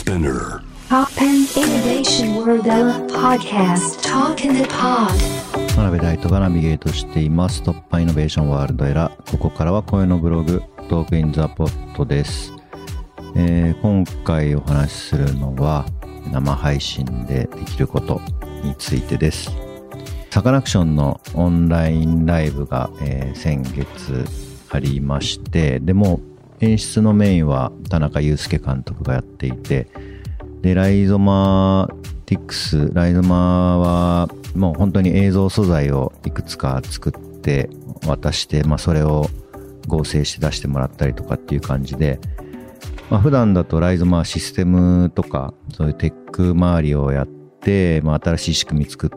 Spinner Pop-Pen Innovation World Podcast Talk in the Pod 真鍋大斗がナビゲートしています。突破イノベーションワールドエラー。ここからは声のブログトークインザポットです。今回お話しするのは生配信でできることについてです。サカナクションのオンラインライブが、先月ありまして、でも演出のメインは田中裕介監督がやっていて、でライゾマティクスはもう本当に映像素材をいくつか作って渡して、それを合成して出してもらったりとかっていう感じで、普段だとライゾマはシステムとかそういうテック周りをやって、新しい仕組み作って、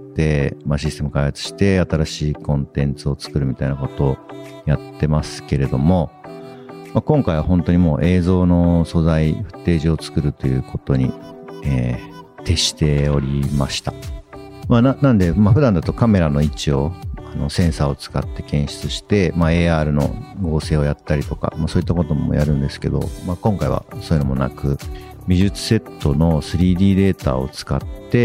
システム開発して新しいコンテンツを作るみたいなことをやってますけれども、今回は本当にもう映像の素材フッテージを作るということに、徹しておりました。なんで、普段だとカメラの位置をセンサーを使って検出して、AR の合成をやったりとか、そういったこともやるんですけど、今回はそういうのもなく、美術セットの 3D データを使って、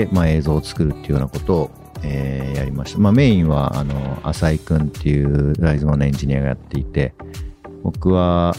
映像を作るっていうようなことを、やりました。メインは浅井くんっていうライゾマのエンジニアがやっていて、僕は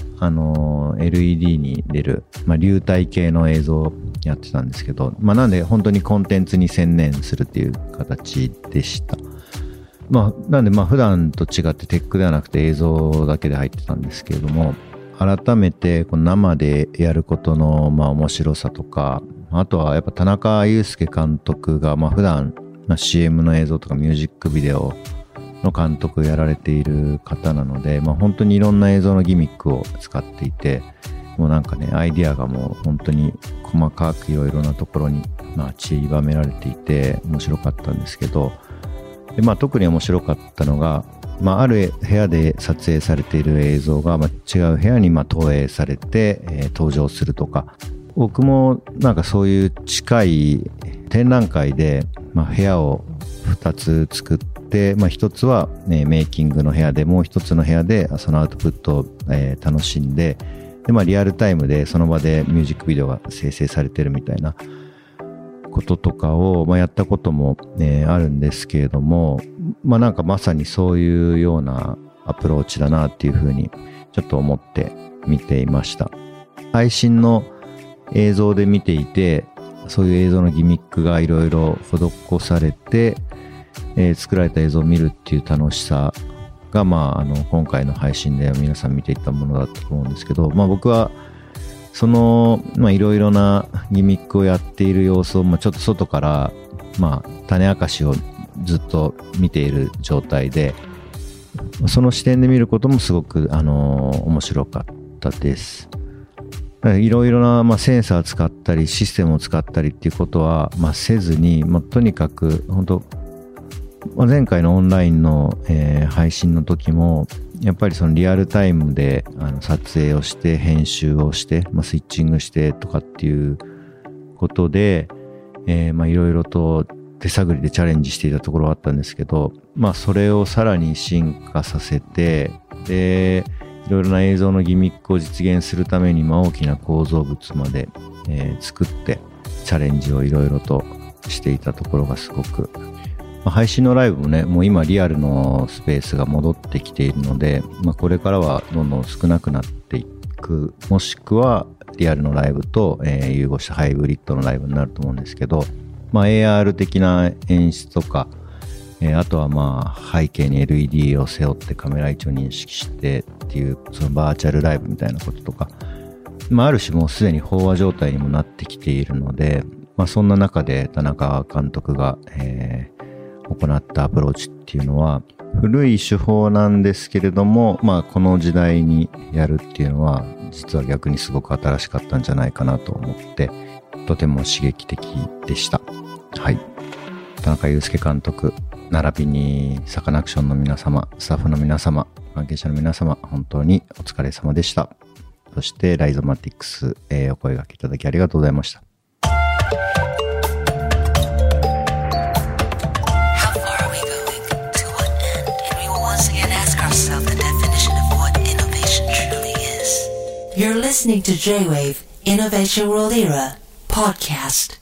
LED に出る、流体系の映像をやってたんですけど、なんで本当にコンテンツに専念するっていう形でした。なんで普段と違ってテックではなくて映像だけで入ってたんですけれども、改めてこの生でやることの面白さとか、あとはやっぱ田中裕介監督が普段CM の映像とかミュージックビデオの監督をやられている方なので、本当にいろんな映像のギミックを使っていて、もうなんかね、アイディアがもう本当に細かくいろいろなところに散りばめられていて面白かったんですけど、で特に面白かったのが、ある部屋で撮影されている映像が違う部屋に投影されて、登場するとか、僕もなんかそういう近い展覧会で、部屋を2つ作って、1つは、メイキングの部屋で、もう1つの部屋でそのアウトプットを、楽しんで、リアルタイムでその場でミュージックビデオが生成されてるみたいなこととかを、やったことも、あるんですけれども、なんかまさにそういうようなアプローチだなっていうふうにちょっと思って見ていました。配信の映像で見ていて、そういう映像のギミックがいろいろ施されて、作られた映像を見るっていう楽しさが、今回の配信で皆さん見ていたものだったと思うんですけど、僕はその、いろいろなギミックをやっている様子を、ちょっと外から、種明かしをずっと見ている状態で、その視点で見ることもすごく、面白かったです。いろいろな、センサー使ったりシステムを使ったりっていうことは、せずに、とにかく本当、前回のオンラインの、配信の時もやっぱりそのリアルタイムで撮影をして編集をして、スイッチングしてとかっていうことで、いろいろと手探りでチャレンジしていたところはあったんですけど、それをさらに進化させて、でいろいろな映像のギミックを実現するために大きな構造物まで、作ってチャレンジをいろいろとしていたところがすごく、配信のライブもね、もう今リアルのスペースが戻ってきているので、これからはどんどん少なくなっていく、もしくはリアルのライブと、融合したハイブリッドのライブになると思うんですけど、AR 的な演出とか、あとは背景に LED を背負ってカメラ位置を認識してっていう、そのバーチャルライブみたいなこととか、ある種もうすでに飽和状態にもなってきているので、そんな中で田中監督が、行ったアプローチっていうのは古い手法なんですけれども、この時代にやるっていうのは実は逆にすごく新しかったんじゃないかなと思って、とても刺激的でした。はい。田中裕介監督並びにサカナクションの皆様、スタッフの皆様、関係者の皆様、本当にお疲れ様でした。そしてライゾマティクス、お声掛けいただきありがとうございました。 You're listening to J-Wave Innovation World Era Podcast